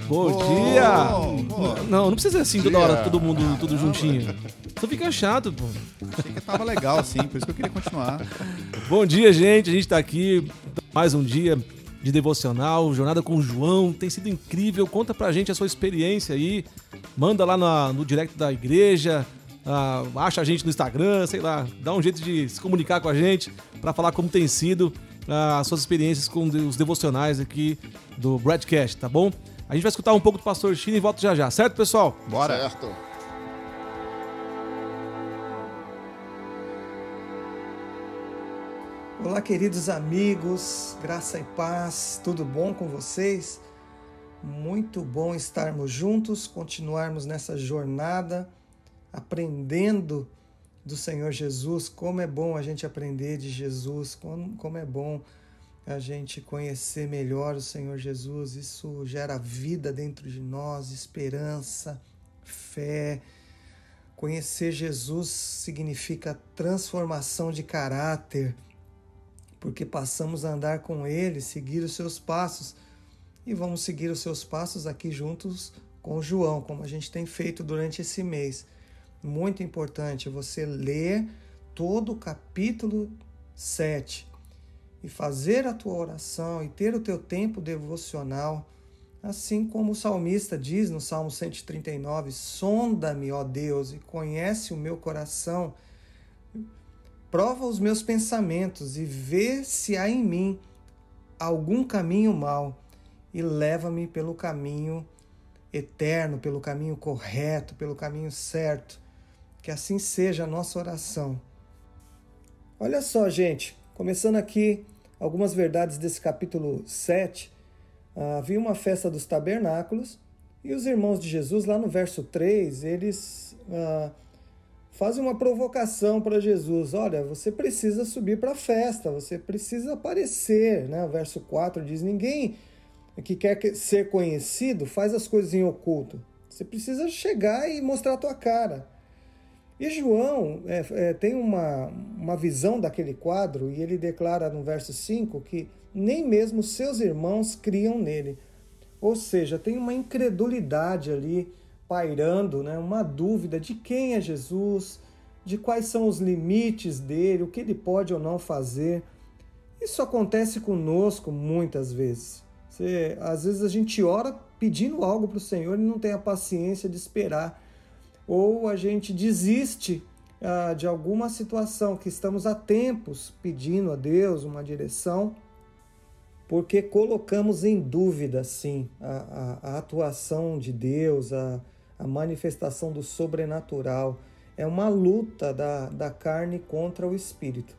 Bom dia! Não precisa ser assim toda hora, todo mundo, tudo juntinho. Só fica chato, pô. Achei que tava legal, sim, por isso que eu queria continuar. Bom dia, gente. A gente tá aqui, mais um dia de devocional, jornada com o João. Tem sido incrível. Conta pra gente a sua experiência aí. Manda lá no direct da igreja. Acha a gente no Instagram, sei lá. Dá um jeito de se comunicar com a gente pra falar como tem sido as suas experiências com os devocionais aqui do Broadcast, tá bom? A gente vai escutar um pouco do Pastor Chino e volta já, certo, pessoal? Bora! Certo. Olá, queridos amigos, graça e paz, tudo bom com vocês? Muito bom estarmos juntos, continuarmos nessa jornada, aprendendo do Senhor Jesus. Como é bom a gente aprender de Jesus, como é bom a gente conhecer melhor o Senhor Jesus. Isso gera vida dentro de nós, esperança, fé. Conhecer Jesus significa transformação de caráter, porque passamos a andar com Ele, seguir os seus passos, e vamos seguir os seus passos aqui juntos com o João, como a gente tem feito durante esse mês. Muito importante você ler todo o capítulo 7 e fazer a tua oração e ter o teu tempo devocional, assim como o salmista diz no Salmo 139, sonda-me, ó Deus, e conhece o meu coração, prova os meus pensamentos e vê se há em mim algum caminho mau e leva-me pelo caminho eterno, pelo caminho correto, pelo caminho certo. Que assim seja a nossa oração. Olha só, gente, começando aqui algumas verdades desse capítulo 7. Havia uma festa dos tabernáculos e os irmãos de Jesus, lá no verso 3, eles fazem uma provocação para Jesus. Olha, você precisa subir para a festa, você precisa aparecer, né? O verso 4 diz, ninguém que quer ser conhecido faz as coisas em oculto. Você precisa chegar e mostrar a tua cara. E João tem uma visão daquele quadro e ele declara no verso 5 que nem mesmo seus irmãos criam nele. Ou seja, tem uma incredulidade ali pairando, né? Uma dúvida de quem é Jesus, de quais são os limites dele, o que ele pode ou não fazer. Isso acontece conosco muitas vezes. Às vezes a gente ora pedindo algo para o Senhor e não tem a paciência de esperar. Ou a gente desiste de alguma situação que estamos há tempos pedindo a Deus uma direção, porque colocamos em dúvida, sim, a atuação de Deus, a manifestação do sobrenatural. É uma luta da carne contra o espírito.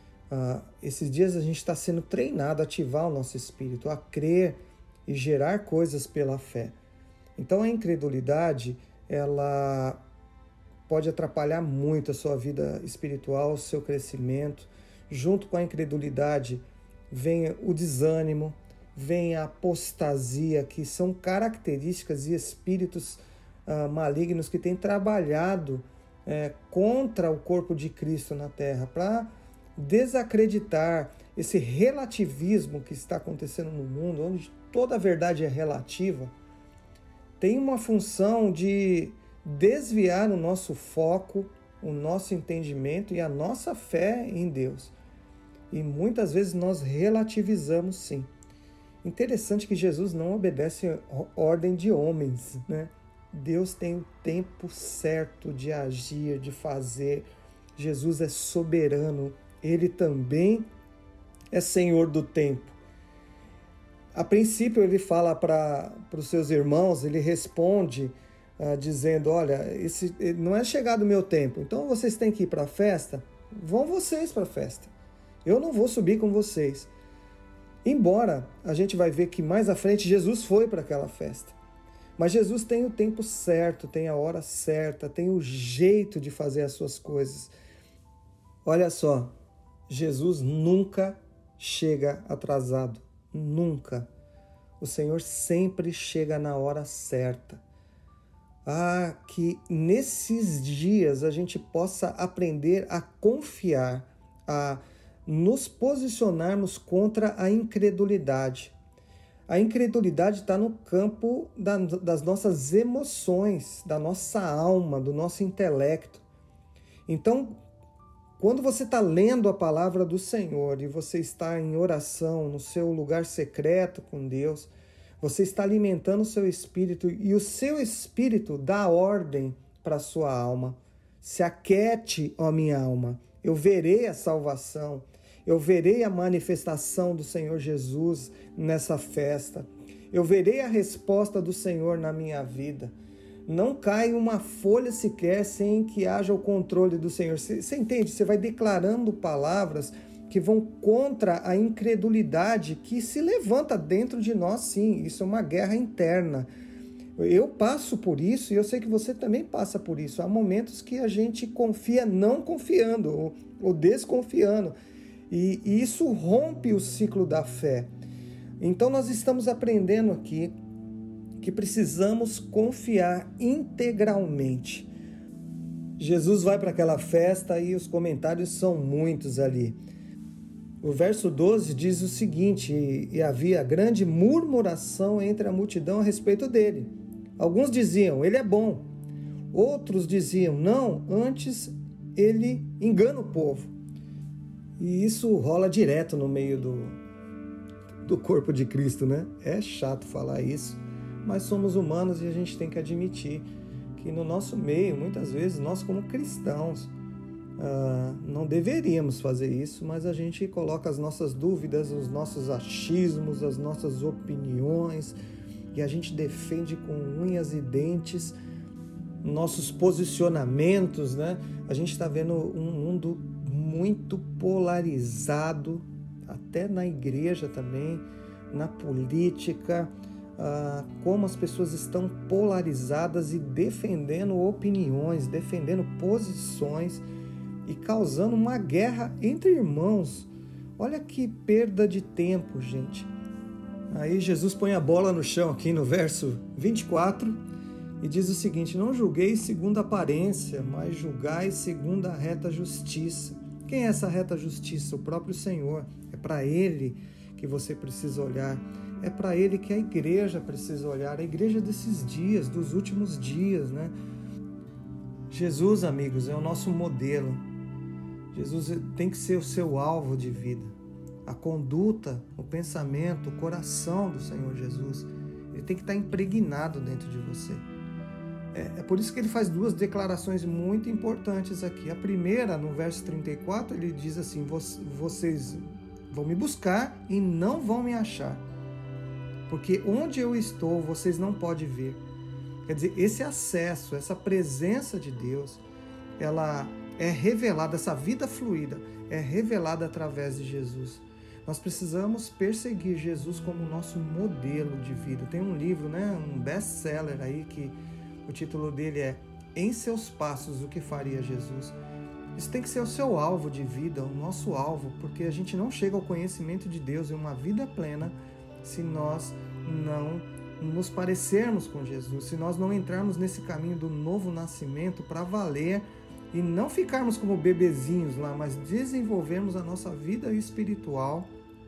Esses dias a gente está sendo treinado a ativar o nosso espírito, a crer e gerar coisas pela fé. Então a incredulidade, ela pode atrapalhar muito a sua vida espiritual, o seu crescimento. Junto com a incredulidade vem o desânimo, vem a apostasia, que são características e espíritos malignos que têm trabalhado contra o corpo de Cristo na Terra, para desacreditar esse relativismo que está acontecendo no mundo, onde toda a verdade é relativa. Tem uma função de desviar o nosso foco, o nosso entendimento e a nossa fé em Deus. E muitas vezes nós relativizamos, sim. Interessante que Jesus não obedece ordem de homens, né? Deus tem o tempo certo de agir, de fazer. Jesus é soberano, ele também é Senhor do tempo. A princípio ele fala para os seus irmãos, ele responde dizendo, olha, não é chegado o meu tempo, então vocês têm que ir para a festa, vão vocês para a festa. Eu não vou subir com vocês. Embora a gente vai ver que mais à frente Jesus foi para aquela festa. Mas Jesus tem o tempo certo, tem a hora certa, tem o jeito de fazer as suas coisas. Olha só, Jesus nunca chega atrasado, nunca. O Senhor sempre chega na hora certa. Que nesses dias a gente possa aprender a confiar, a nos posicionarmos contra a incredulidade. A incredulidade está no campo das nossas emoções, da nossa alma, do nosso intelecto. Então, quando você está lendo a palavra do Senhor e você está em oração, no seu lugar secreto com Deus, você está alimentando o seu espírito e o seu espírito dá ordem para a sua alma. Se aquete, ó minha alma, eu verei a salvação, eu verei a manifestação do Senhor Jesus nessa festa, eu verei a resposta do Senhor na minha vida. Não cai uma folha sequer sem que haja o controle do Senhor. Você entende? Você vai declarando palavras que vão contra a incredulidade que se levanta dentro de nós, sim. Isso é uma guerra interna. Eu passo por isso e eu sei que você também passa por isso. Há momentos que a gente confia não confiando ou desconfiando. E isso rompe o ciclo da fé. Então nós estamos aprendendo aqui que precisamos confiar integralmente. Jesus vai para aquela festa e os comentários são muitos ali. O verso 12 diz o seguinte: e havia grande murmuração entre a multidão a respeito dele. Alguns diziam, ele é bom. Outros diziam, não, antes ele engana o povo. E isso rola direto no meio do corpo de Cristo, né? É chato falar isso, mas somos humanos e a gente tem que admitir que no nosso meio, muitas vezes, nós como cristãos, não deveríamos fazer isso, mas a gente coloca as nossas dúvidas, os nossos achismos, as nossas opiniões, e a gente defende com unhas e dentes nossos posicionamentos, né? A gente está vendo um mundo muito polarizado, até na igreja também, na política, como as pessoas estão polarizadas e defendendo opiniões, defendendo posições e causando uma guerra entre irmãos. Olha que perda de tempo, gente. Aí Jesus põe a bola no chão aqui no verso 24 e diz o seguinte: não julgueis segundo a aparência, mas julgai segundo a reta justiça. Quem é essa reta justiça? O próprio Senhor. É para Ele que você precisa olhar. É para Ele que a igreja precisa olhar. A igreja desses dias, dos últimos dias, né? Jesus, amigos, é o nosso modelo. Jesus tem que ser o seu alvo de vida. A conduta, o pensamento, o coração do Senhor Jesus, ele tem que estar impregnado dentro de você. É por isso que ele faz duas declarações muito importantes aqui. A primeira, no verso 34, ele diz assim: vocês vão me buscar e não vão me achar, porque onde eu estou, vocês não podem ver. Quer dizer, esse acesso, essa presença de Deus, ela é revelada, essa vida fluida é revelada através de Jesus. Nós precisamos perseguir Jesus como nosso modelo de vida. Tem um livro, né, um best-seller aí, que o título dele é Em Seus Passos, o que faria Jesus? Isso tem que ser o seu alvo de vida, o nosso alvo, porque a gente não chega ao conhecimento de Deus em uma vida plena se nós não nos parecermos com Jesus, se nós não entrarmos nesse caminho do novo nascimento para valer e não ficarmos como bebezinhos lá, mas desenvolvermos a nossa vida espiritual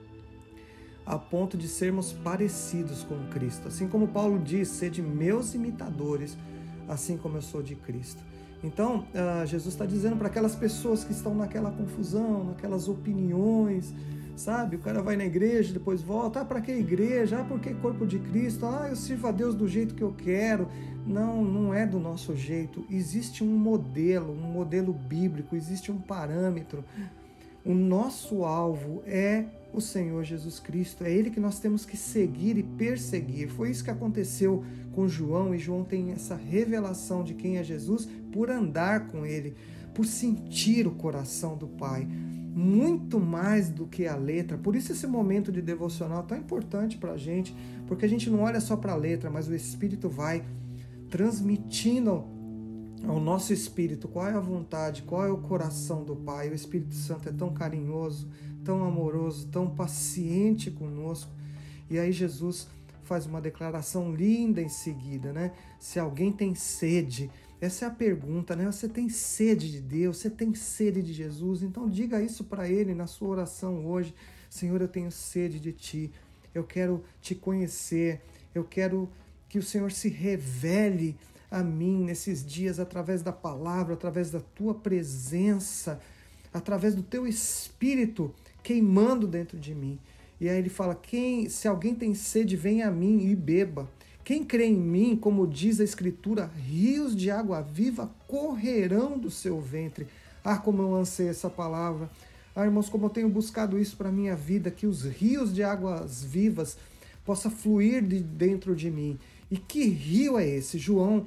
a ponto de sermos parecidos com Cristo. Assim como Paulo diz, sede meus imitadores, assim como eu sou de Cristo. Então, Jesus está dizendo para aquelas pessoas que estão naquela confusão, naquelas opiniões, sabe? O cara vai na igreja, depois volta, para que igreja? Por que corpo de Cristo? Eu sirvo a Deus do jeito que eu quero. Não é do nosso jeito. Existe um modelo bíblico, existe um parâmetro. O nosso alvo é o Senhor Jesus Cristo. É Ele que nós temos que seguir e perseguir. Foi isso que aconteceu com João, e João tem essa revelação de quem é Jesus por andar com Ele, por sentir o coração do Pai. Muito mais do que a letra. Por isso esse momento de devocional é tão importante para a gente, porque a gente não olha só para a letra, mas o Espírito vai transmitindo ao nosso espírito qual é a vontade, qual é o coração do Pai. O Espírito Santo é tão carinhoso, tão amoroso, tão paciente conosco. E aí Jesus faz uma declaração linda em seguida, né? Se alguém tem sede, essa é a pergunta, né? Você tem sede de Deus? Você tem sede de Jesus? Então diga isso para Ele na sua oração hoje: Senhor, eu tenho sede de Ti. eu quero te conhecer, eu quero que o Senhor se revele a mim nesses dias através da palavra, através da tua presença, através do teu Espírito queimando dentro de mim. E aí ele fala, se alguém tem sede, venha a mim e beba. Quem crê em mim, como diz a Escritura, rios de água viva correrão do seu ventre. Ah, como eu anseio essa palavra. Ah, irmãos, como eu tenho buscado isso para a minha vida, que os rios de águas vivas possam fluir de dentro de mim. E que rio é esse? João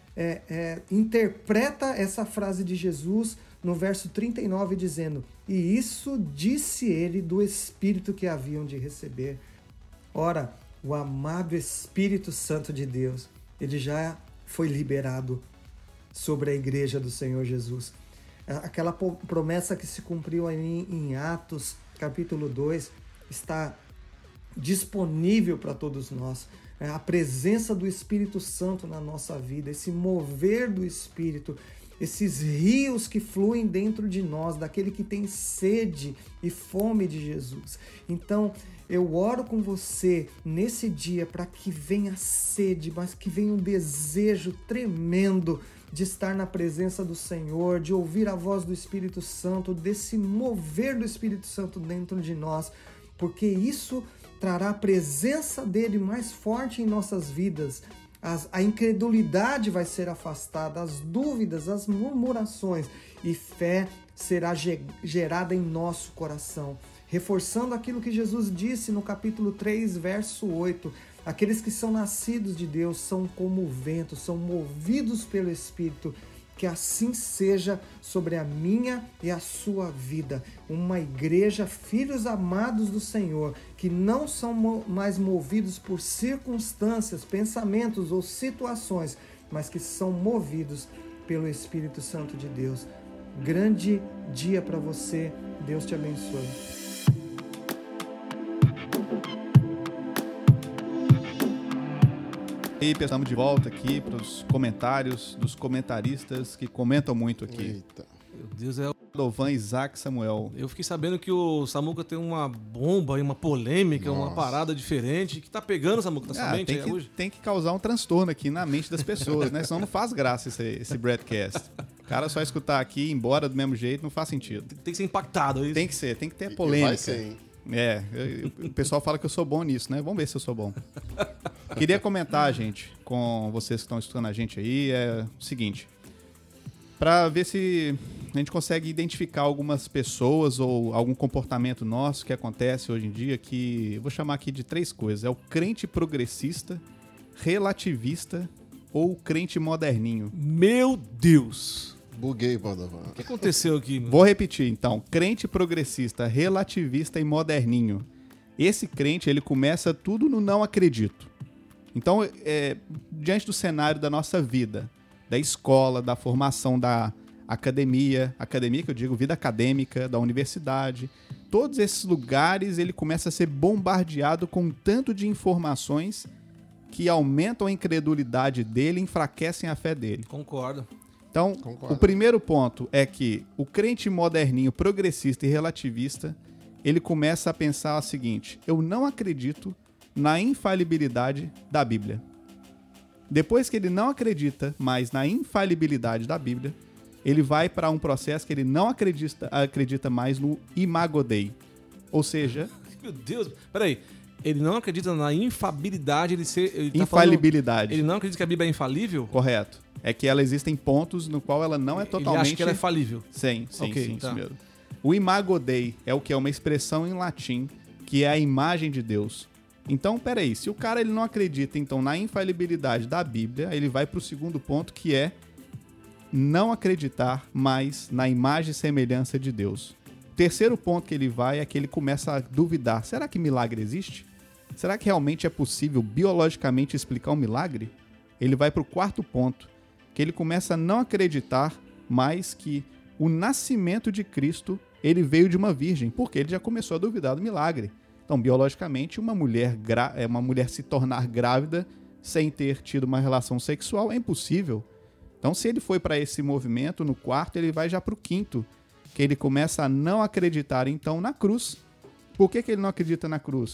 interpreta essa frase de Jesus no verso 39, dizendo, e isso disse ele do Espírito que haviam de receber. Ora, o amado Espírito Santo de Deus, ele já foi liberado sobre a igreja do Senhor Jesus. Aquela promessa que se cumpriu ali em Atos, capítulo 2, está disponível para todos nós. A presença do Espírito Santo na nossa vida, esse mover do Espírito, esses rios que fluem dentro de nós, daquele que tem sede e fome de Jesus. Então, eu oro com você nesse dia para que venha sede, mas que venha um desejo tremendo de estar na presença do Senhor, de ouvir a voz do Espírito Santo, desse mover do Espírito Santo dentro de nós, porque isso trará a presença dele mais forte em nossas vidas. A incredulidade vai ser afastada, as dúvidas, as murmurações, e fé será gerada em nosso coração. Reforçando aquilo que Jesus disse no capítulo 3, verso 8, aqueles que são nascidos de Deus são como o vento, são movidos pelo Espírito. Que assim seja sobre a minha e a sua vida. Uma igreja, filhos amados do Senhor, que não são mais movidos por circunstâncias, pensamentos ou situações, mas que são movidos pelo Espírito Santo de Deus. Grande dia para você. Deus te abençoe. E estamos de volta aqui para os comentários dos comentaristas que comentam muito aqui. Eita. Meu Deus, Dovan, Isaac, Samuel. eu fiquei sabendo que o Samuca tem uma bomba, uma polêmica, uma parada diferente. Que tá pegando, Samuca, na sua mente hoje? Tem que causar um transtorno aqui na mente das pessoas, né? Senão não faz graça esse broadcast. O cara só escutar aqui e ir embora do mesmo jeito não faz sentido. Tem que ser impactado, é isso? Tem que ser, tem que ter polêmica. Vai ser, hein? O pessoal fala que eu sou bom nisso, né? Vamos ver se eu sou bom. Queria comentar, gente, com vocês que estão escutando a gente aí, é o seguinte. Para ver se a gente consegue identificar algumas pessoas ou algum comportamento nosso que acontece hoje em dia, que eu vou chamar aqui de 3 coisas. É o crente progressista, relativista ou crente moderninho. Meu Deus! Buguei, Padovan. O que aconteceu aqui, mano? Vou repetir, então. Crente progressista, relativista e moderninho. Esse crente, ele começa tudo no não acredito. Então, diante do cenário da nossa vida, da escola, da formação da academia que eu digo, vida acadêmica, da universidade, todos esses lugares ele começa a ser bombardeado com um tanto de informações que aumentam a incredulidade dele e enfraquecem a fé dele. Concordo. Então, o primeiro ponto é que o crente moderninho, progressista e relativista, ele começa a pensar o seguinte: eu não acredito na infalibilidade da Bíblia. Depois que ele não acredita mais na infalibilidade da Bíblia, ele vai para um processo que ele não acredita mais no Imago Dei. Ou seja... Meu Deus, peraí. Ele não acredita na infabilidade, infalibilidade. Ele não acredita que a Bíblia é infalível? Correto. É que ela existem pontos no qual ela não é totalmente... Ele acha que ela é falível. Sim, Okay, isso mesmo. O Imago Dei é o que é uma expressão em latim, que é a imagem de Deus. Então, peraí, se o cara ele não acredita então na infalibilidade da Bíblia, ele vai para o segundo ponto, que é não acreditar mais na imagem e semelhança de Deus. O terceiro ponto que ele vai é que ele começa a duvidar. Será que milagre existe? Será que realmente é possível biologicamente explicar um milagre? Ele vai para o quarto ponto, que ele começa a não acreditar mais que o nascimento de Cristo ele veio de uma virgem, porque ele já começou a duvidar do milagre. Então, biologicamente, uma mulher se tornar grávida sem ter tido uma relação sexual é impossível. Então, se ele foi para esse movimento, no quarto, ele vai já para o quinto, que ele começa a não acreditar, então, na cruz. Por que ele não acredita na cruz?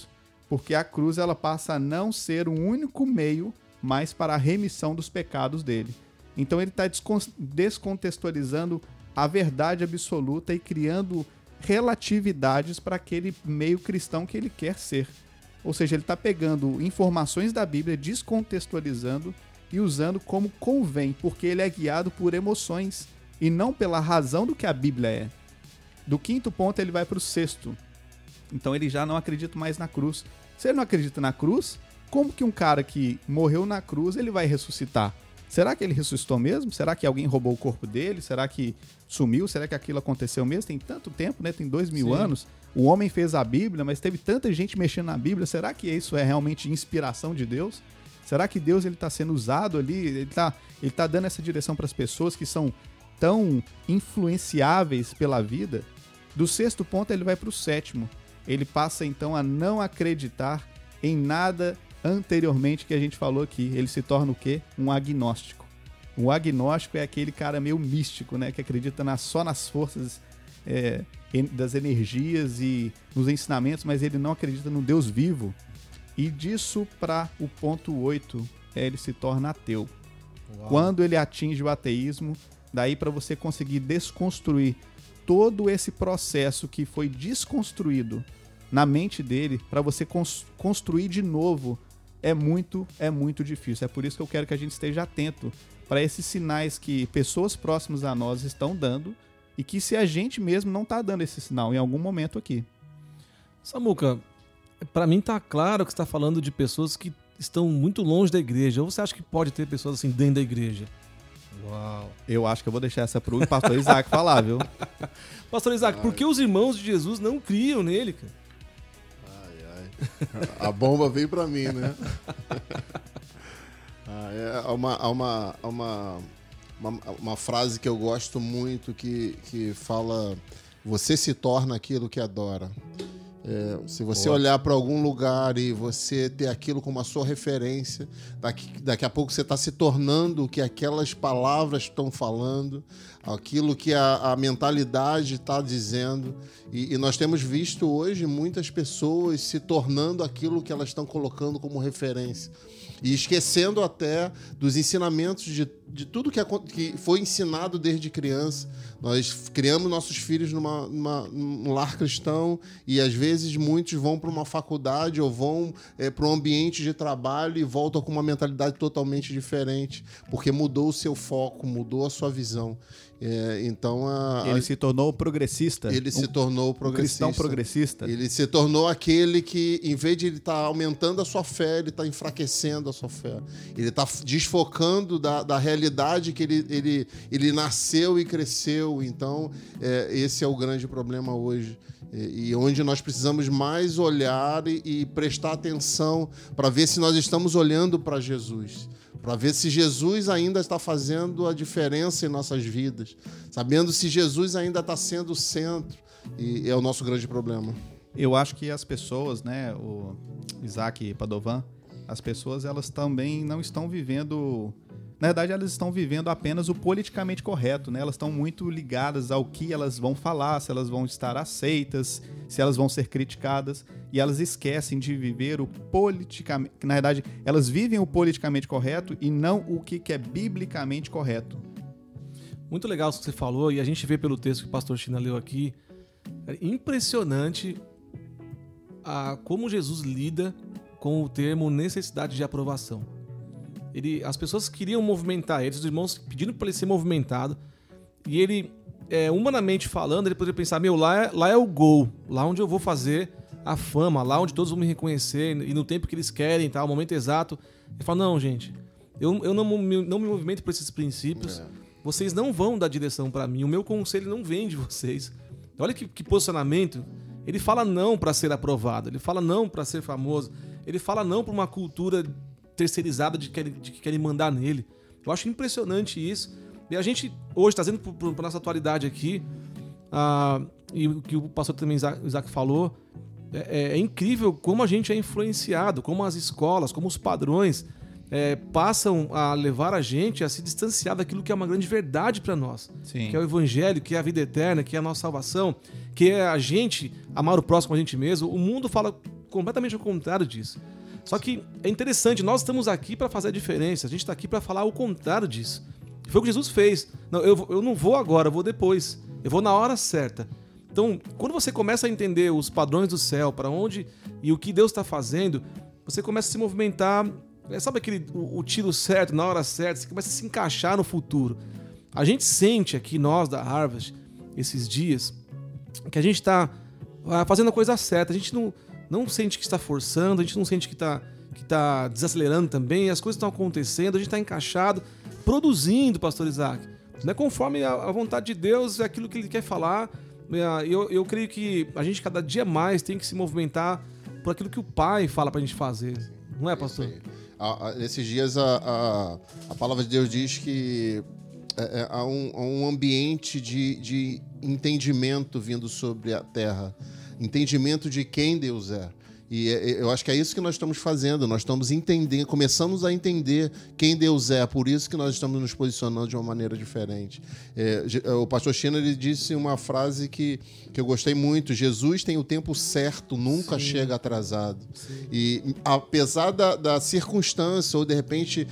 porque a cruz ela passa a não ser o único meio mais para a remissão dos pecados dele. Então ele está descontextualizando a verdade absoluta e criando relatividades para aquele meio cristão que ele quer ser. Ou seja, ele está pegando informações da Bíblia, descontextualizando e usando como convém, porque ele é guiado por emoções e não pela razão do que a Bíblia é. Do 5º ponto ele vai para o 6º. Então ele já não acredita mais na cruz. Se ele não acredita na cruz, como que um cara que morreu na cruz ele vai ressuscitar? Será que ele ressuscitou mesmo? Será que alguém roubou o corpo dele? Será que sumiu? Será que aquilo aconteceu mesmo? Tem tanto tempo, né? Tem 2000 anos. O homem fez a Bíblia, mas teve tanta gente mexendo na Bíblia. Será que isso é realmente inspiração de Deus? Será que Deus está sendo usado ali? Ele tá dando essa direção para as pessoas que são tão influenciáveis pela vida? Do 6º ponto ele vai para o 7º. Ele passa então a não acreditar em nada anteriormente que a gente falou aqui. Ele se torna o quê? Um agnóstico. O agnóstico é aquele cara meio místico, né? Que acredita só nas forças das energias e nos ensinamentos, mas ele não acredita no Deus vivo. E disso para o ponto 8, ele se torna ateu. Uau. Quando ele atinge o ateísmo, daí para você conseguir desconstruir todo esse processo que foi desconstruído na mente dele, para você construir de novo, é muito difícil. É por isso que eu quero que a gente esteja atento para esses sinais que pessoas próximas a nós estão dando e que se a gente mesmo não está dando esse sinal em algum momento aqui. Samuca, para mim tá claro que você está falando de pessoas que estão muito longe da igreja. Ou você acha que pode ter pessoas assim dentro da igreja? Uau. Eu acho que eu vou deixar essa pro pastor Isaac falar, viu? Pastor Isaac, por que os irmãos de Jesus não criam nele, cara? A bomba veio pra mim, né? Há uma frase que eu gosto muito que fala: você se torna aquilo que adora. Se você olhar para algum lugar e você ter aquilo como a sua referência, daqui a pouco você está se tornando o que aquelas palavras estão falando, aquilo que a mentalidade está dizendo. E nós temos visto hoje muitas pessoas se tornando aquilo que elas estão colocando como referência. E esquecendo até dos ensinamentos de tudo que foi ensinado desde criança. Nós criamos nossos filhos num lar cristão e às vezes muitos vão para uma faculdade ou vão para um ambiente de trabalho e voltam com uma mentalidade totalmente diferente, porque mudou o seu foco, mudou a sua visão. Então ele se tornou progressista. Ele se tornou progressista. Cristão progressista. Ele se tornou aquele que, em vez de ele estar aumentando a sua fé, ele está enfraquecendo a sua fé. Ele está desfocando da realidade que ele nasceu e cresceu. Então, esse é o grande problema hoje. E onde nós precisamos mais olhar e prestar atenção para ver se nós estamos olhando para Jesus. Para ver se Jesus ainda está fazendo a diferença em nossas vidas, sabendo se Jesus ainda está sendo o centro, e é o nosso grande problema. Eu acho que as pessoas, né, o Isaac Padovan, as pessoas elas também não estão vivendo, na verdade elas estão vivendo apenas o politicamente correto, né? Elas estão muito ligadas ao que elas vão falar, se elas vão estar aceitas, se elas vão ser criticadas, e elas esquecem de viver o politicamente, na verdade elas vivem o politicamente correto e não o que é biblicamente correto. Muito legal isso que você falou, e a gente vê pelo texto que o pastor China leu aqui, é impressionante como Jesus lida com o termo necessidade de aprovação. As pessoas queriam movimentar ele, os irmãos pedindo para ele ser movimentado, e ele, humanamente falando, ele poderia pensar, lá é o gol, lá onde eu vou fazer a fama, lá onde todos vão me reconhecer, e no tempo que eles querem, tá, o momento exato. Ele fala, não, gente, eu não me movimento por esses princípios, vocês não vão dar direção para mim, o meu conselho não vem de vocês. Olha que posicionamento. Ele fala não para ser aprovado, ele fala não para ser famoso, ele fala não para uma cultura terceirizada de que querem mandar nele. Eu acho impressionante isso. E a gente, hoje, trazendo para nossa atualidade aqui, e o que o pastor também Isaac falou, é incrível como a gente é influenciado, como as escolas, como os padrões passam a levar a gente a se distanciar daquilo que é uma grande verdade para nós. Sim. Que é o evangelho, que é a vida eterna, que é a nossa salvação, que é a gente amar o próximo a gente mesmo. O mundo fala completamente ao contrário disso. Só que é interessante, nós estamos aqui para fazer a diferença, a gente está aqui para falar o contrário disso. Foi o que Jesus fez. Não, eu não vou agora, eu vou depois. Eu vou na hora certa. Então, quando você começa a entender os padrões do céu, para onde e o que Deus está fazendo, você começa a se movimentar, sabe o tiro certo, na hora certa, você começa a se encaixar no futuro. A gente sente aqui, nós da Harvest, esses dias, que a gente está fazendo a coisa certa. A gente não sente que está forçando, a gente não sente que está desacelerando também, as coisas estão acontecendo, a gente está encaixado, produzindo, pastor Isaac. Né? Conforme a vontade de Deus, é aquilo que Ele quer falar. Eu creio que a gente cada dia mais tem que se movimentar por aquilo que o Pai fala pra gente fazer. Não é, pastor? Nesses dias a palavra de Deus diz que há um ambiente de entendimento vindo sobre a terra. Entendimento de quem Deus é. E eu acho que é isso que nós estamos fazendo. Nós estamos entendendo, começamos a entender quem Deus é. Por isso que nós estamos nos posicionando de uma maneira diferente. O pastor China, ele disse uma frase que eu gostei muito. Jesus tem o tempo certo, nunca chega atrasado. Sim. E apesar da circunstância, ou de repente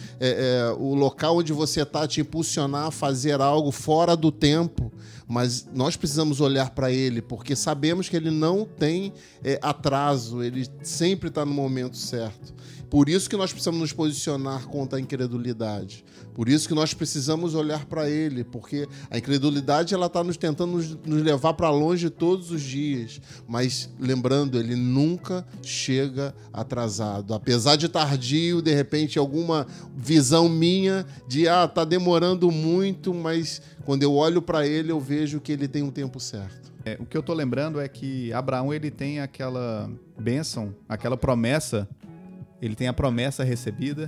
o local onde você está te impulsionar a fazer algo fora do tempo, mas nós precisamos olhar para Ele, porque sabemos que Ele não tem atraso, Ele sempre está no momento certo. Por isso que nós precisamos nos posicionar contra a incredulidade. Por isso que nós precisamos olhar para Ele, porque a incredulidade ela está tentando nos levar para longe todos os dias. Mas lembrando, Ele nunca chega atrasado. Apesar de tardio, de repente, alguma visão minha de está demorando muito, mas quando eu olho para Ele, eu vejo que Ele tem um tempo certo. O que eu estou lembrando é que Abraão ele tem aquela bênção, aquela promessa. Ele tem a promessa recebida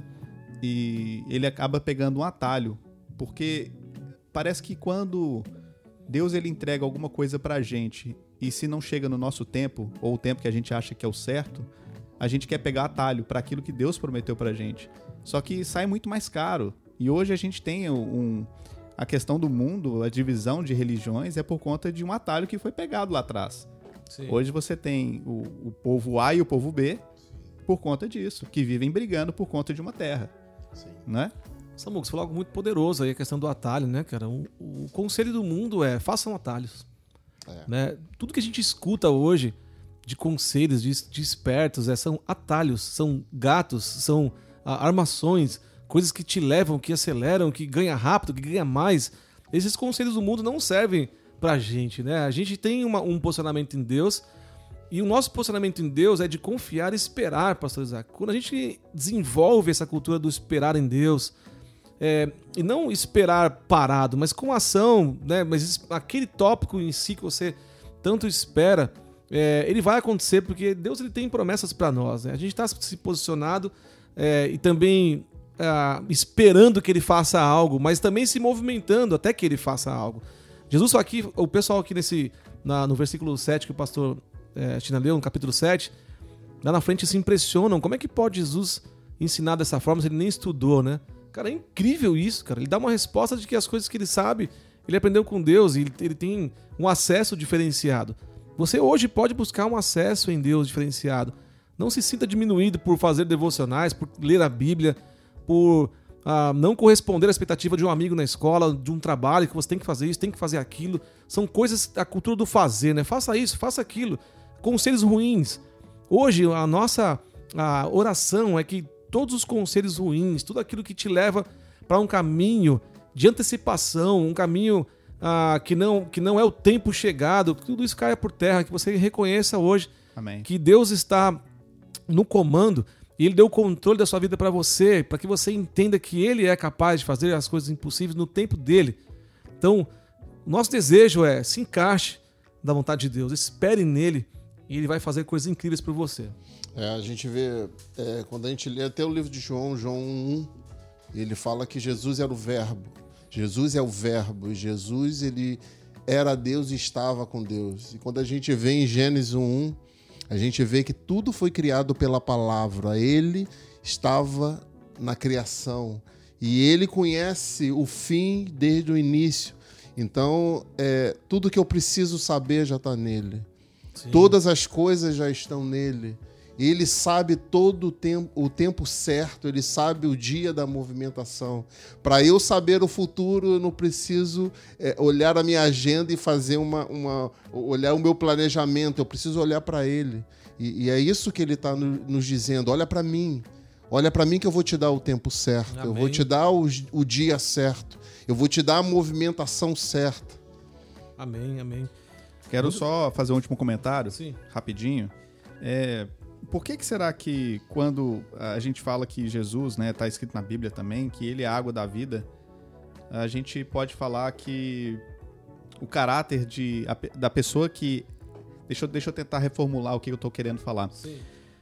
e ele acaba pegando um atalho, porque parece que quando Deus ele entrega alguma coisa pra gente e se não chega no nosso tempo, ou o tempo que a gente acha que é o certo, a gente quer pegar atalho para aquilo que Deus prometeu pra gente. Só que sai muito mais caro. E hoje a gente tem a questão do mundo, a divisão de religiões é por conta de um atalho que foi pegado lá atrás. Sim. Hoje você tem o povo A e o povo B por conta disso, que vivem brigando por conta de uma terra. Sim. Né? Samuco, você falou algo muito poderoso aí, a questão do atalho, né, cara? O conselho do mundo façam atalhos. Né? Tudo que a gente escuta hoje de conselhos, de espertos, são atalhos, são gatos, são armações, coisas que te levam, que aceleram, que ganha rápido, que ganha mais. Esses conselhos do mundo não servem pra gente, né? A gente tem um posicionamento em Deus, e o nosso posicionamento em Deus é de confiar e esperar, pastor Isaac. Quando a gente desenvolve essa cultura do esperar em Deus, e não esperar parado, mas com ação, né? Mas aquele tópico em si que você tanto espera, ele vai acontecer porque Deus ele tem promessas para nós. Né? A gente está se posicionado e também esperando que Ele faça algo, mas também se movimentando até que Ele faça algo. Jesus aqui, o pessoal aqui no versículo 7 que o pastor China leu, no capítulo 7, lá na frente se impressionam. Como é que pode Jesus ensinar dessa forma se ele nem estudou, né? Cara, é incrível isso, cara. Ele dá uma resposta de que as coisas que ele sabe, ele aprendeu com Deus e ele tem um acesso diferenciado. Você hoje pode buscar um acesso em Deus diferenciado. Não se sinta diminuído por fazer devocionais, por ler a Bíblia, por não corresponder à expectativa de um amigo na escola, de um trabalho, que você tem que fazer isso, tem que fazer aquilo. São coisas, a cultura do fazer, né? Faça isso, faça aquilo. Conselhos ruins. Hoje, a nossa oração é que todos os conselhos ruins, tudo aquilo que te leva para um caminho de antecipação, um caminho que não é o tempo chegado, tudo isso caia por terra, que você reconheça hoje Amém. Que Deus está no comando e Ele deu o controle da sua vida para você, para que você entenda que Ele é capaz de fazer as coisas impossíveis no tempo dEle. Então, o nosso desejo se encaixe da vontade de Deus, espere nele e Ele vai fazer coisas incríveis por você. A gente vê, quando a gente lê até o livro de João 1, ele fala que Jesus era o Verbo. Jesus é o Verbo, e Jesus ele era Deus e estava com Deus. E quando a gente vê em Gênesis 1, a gente vê que tudo foi criado pela palavra. Ele estava na criação e ele conhece o fim desde o início. Então, tudo que eu preciso saber já está nele. Sim. Todas as coisas já estão nele. Ele sabe todo o tempo certo, ele sabe o dia da movimentação. Para eu saber o futuro, eu não preciso olhar a minha agenda e fazer olhar o meu planejamento, eu preciso olhar para ele. E é isso que ele está nos dizendo, olha para mim que eu vou te dar o tempo certo, Amém. Eu vou te dar o dia certo, eu vou te dar a movimentação certa. Amém, amém. Quero só fazer um último comentário, Sim. rapidinho. Por que será que quando a gente fala que Jesus, né, tá escrito na Bíblia também, que ele é a água da vida, a gente pode falar que o caráter da pessoa que... Deixa eu tentar reformular o que eu estou querendo falar. Sim.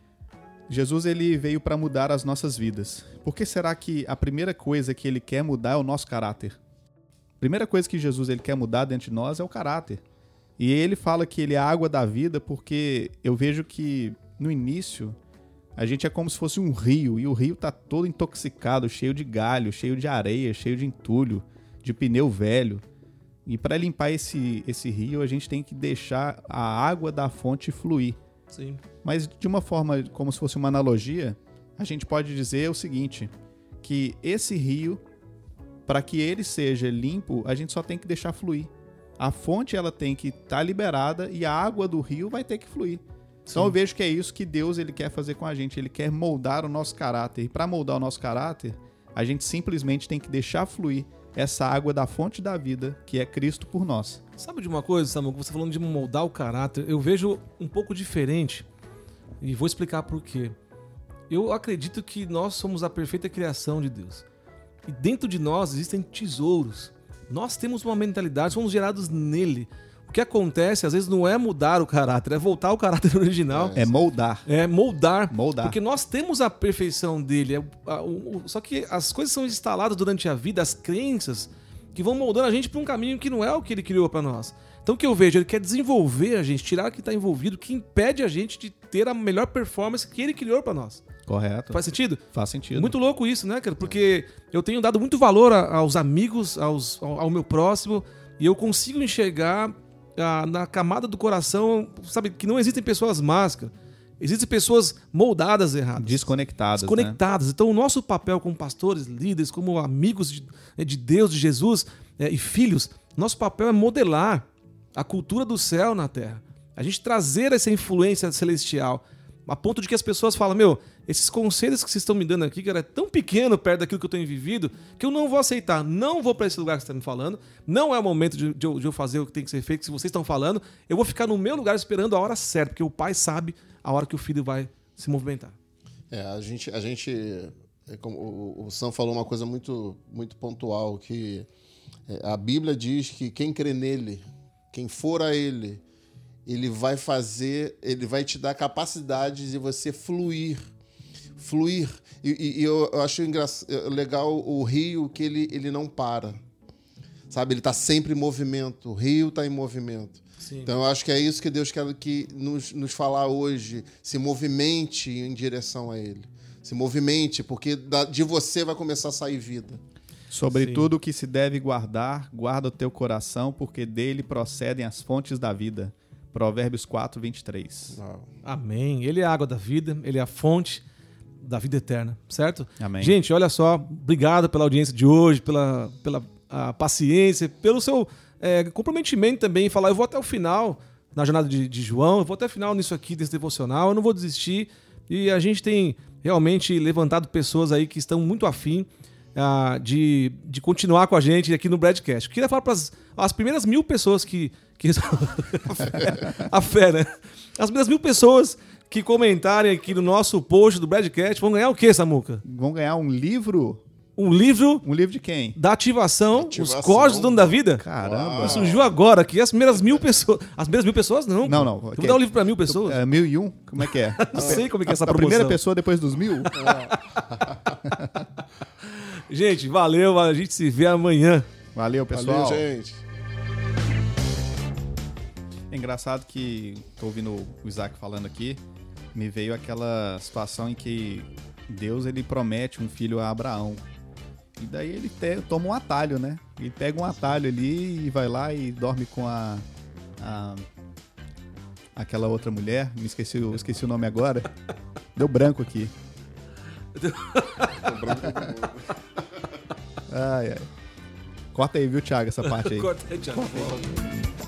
Jesus, ele veio para mudar as nossas vidas. Por que será que a primeira coisa que ele quer mudar é o nosso caráter? A primeira coisa que Jesus ele quer mudar dentro de nós é o caráter. E ele fala que ele é a água da vida porque eu vejo que no início a gente é como se fosse um rio e o rio está todo intoxicado, cheio de galho, cheio de areia, cheio de entulho, de pneu velho. E para limpar esse rio a gente tem que deixar a água da fonte fluir. Sim. Mas de uma forma, como se fosse uma analogia, a gente pode dizer o seguinte, que esse rio, para que ele seja limpo, a gente só tem que deixar fluir. A fonte ela tem que estar liberada e a água do rio vai ter que fluir. Então eu vejo que é isso que Deus ele quer fazer com a gente. Ele quer moldar o nosso caráter. E para moldar o nosso caráter, a gente simplesmente tem que deixar fluir essa água da fonte da vida, que é Cristo por nós. Sabe de uma coisa, Samuel, que você falando de moldar o caráter, eu vejo um pouco diferente e vou explicar por quê. Eu acredito que nós somos a perfeita criação de Deus e dentro de nós existem tesouros. Nós temos uma mentalidade, somos gerados nele. O que acontece, às vezes, não é mudar o caráter, é voltar ao caráter original. É moldar. É moldar. Moldar. Porque nós temos a perfeição dele. Só que as coisas são instaladas durante a vida, as crenças, que vão moldando a gente para um caminho que não é o que ele criou para nós. Então o que eu vejo, ele quer desenvolver a gente, tirar o que está envolvido, que impede a gente de ter a melhor performance que ele criou para nós. Correto. Faz sentido? Faz sentido. Muito louco isso, né, cara? Porque eu tenho dado muito valor aos amigos, ao meu próximo, e eu consigo enxergar na camada do coração, sabe, que não existem pessoas más, cara. Existem pessoas moldadas erradas. Desconectadas. Desconectadas. Né? Então o nosso papel como pastores, líderes, como amigos de Deus, de Jesus e filhos, nosso papel é modelar a cultura do céu na terra. A gente trazer essa influência celestial, a ponto de que as pessoas falam, esses conselhos que vocês estão me dando aqui, cara, é tão pequeno perto daquilo que eu tenho vivido, que eu não vou aceitar, não vou para esse lugar que você está me falando, não é o momento de eu fazer o que tem que ser feito, se vocês estão falando, eu vou ficar no meu lugar esperando a hora certa, porque o pai sabe a hora que o filho vai se movimentar. A gente como o Sam falou uma coisa muito, muito pontual, que a Bíblia diz que quem crê nele, quem for a ele vai te dar capacidade de você fluir. E eu acho legal o rio que ele não para. Sabe, ele está sempre em movimento, o rio está em movimento. Sim. Então eu acho que é isso que Deus quer que nos falar hoje. Se movimente em direção a ele. Se movimente, porque de você vai começar a sair vida. Sobre tudo o que se deve guarda o teu coração, porque dele procedem as fontes da vida. Provérbios 4, 23. Amém. Ele é a água da vida, ele é a fonte da vida eterna, certo? Amém. Gente, olha só, obrigado pela audiência de hoje, pela paciência, pelo seu comprometimento também em falar, eu vou até o final na jornada de João, eu vou até o final nisso aqui, desse devocional, eu não vou desistir. E a gente tem realmente levantado pessoas aí que estão muito afim de continuar com a gente aqui no Bradcast. Eu queria falar para as primeiras 1.000 pessoas que a fé, né? As primeiras 1.000 pessoas que comentarem aqui no nosso post do Bradcast vão ganhar o quê, Samuca? Vão ganhar um livro? Um livro... Um livro de quem? Da ativação. Os códigos do dono da vida. Caramba. Surgiu agora aqui as primeiras 1.000 pessoas. As primeiras 1.000 pessoas, não. Não. Eu vou dar um livro para 1.000 pessoas. 1.001? Como é que é? Não sei como é que é essa a promoção. A primeira pessoa depois dos 1.000? Gente, valeu. A gente se vê amanhã. Valeu, pessoal. Valeu, gente. É engraçado que tô ouvindo o Isaac falando aqui, me veio aquela situação em que Deus ele promete um filho a Abraão. E daí ele toma um atalho, né? Ele pega um atalho ali e vai lá e dorme com aquela outra mulher, eu esqueci o nome agora. Deu branco aqui. Ai, ai. Corta aí, viu, Thiago, essa parte aí. Corta aí, Thiago.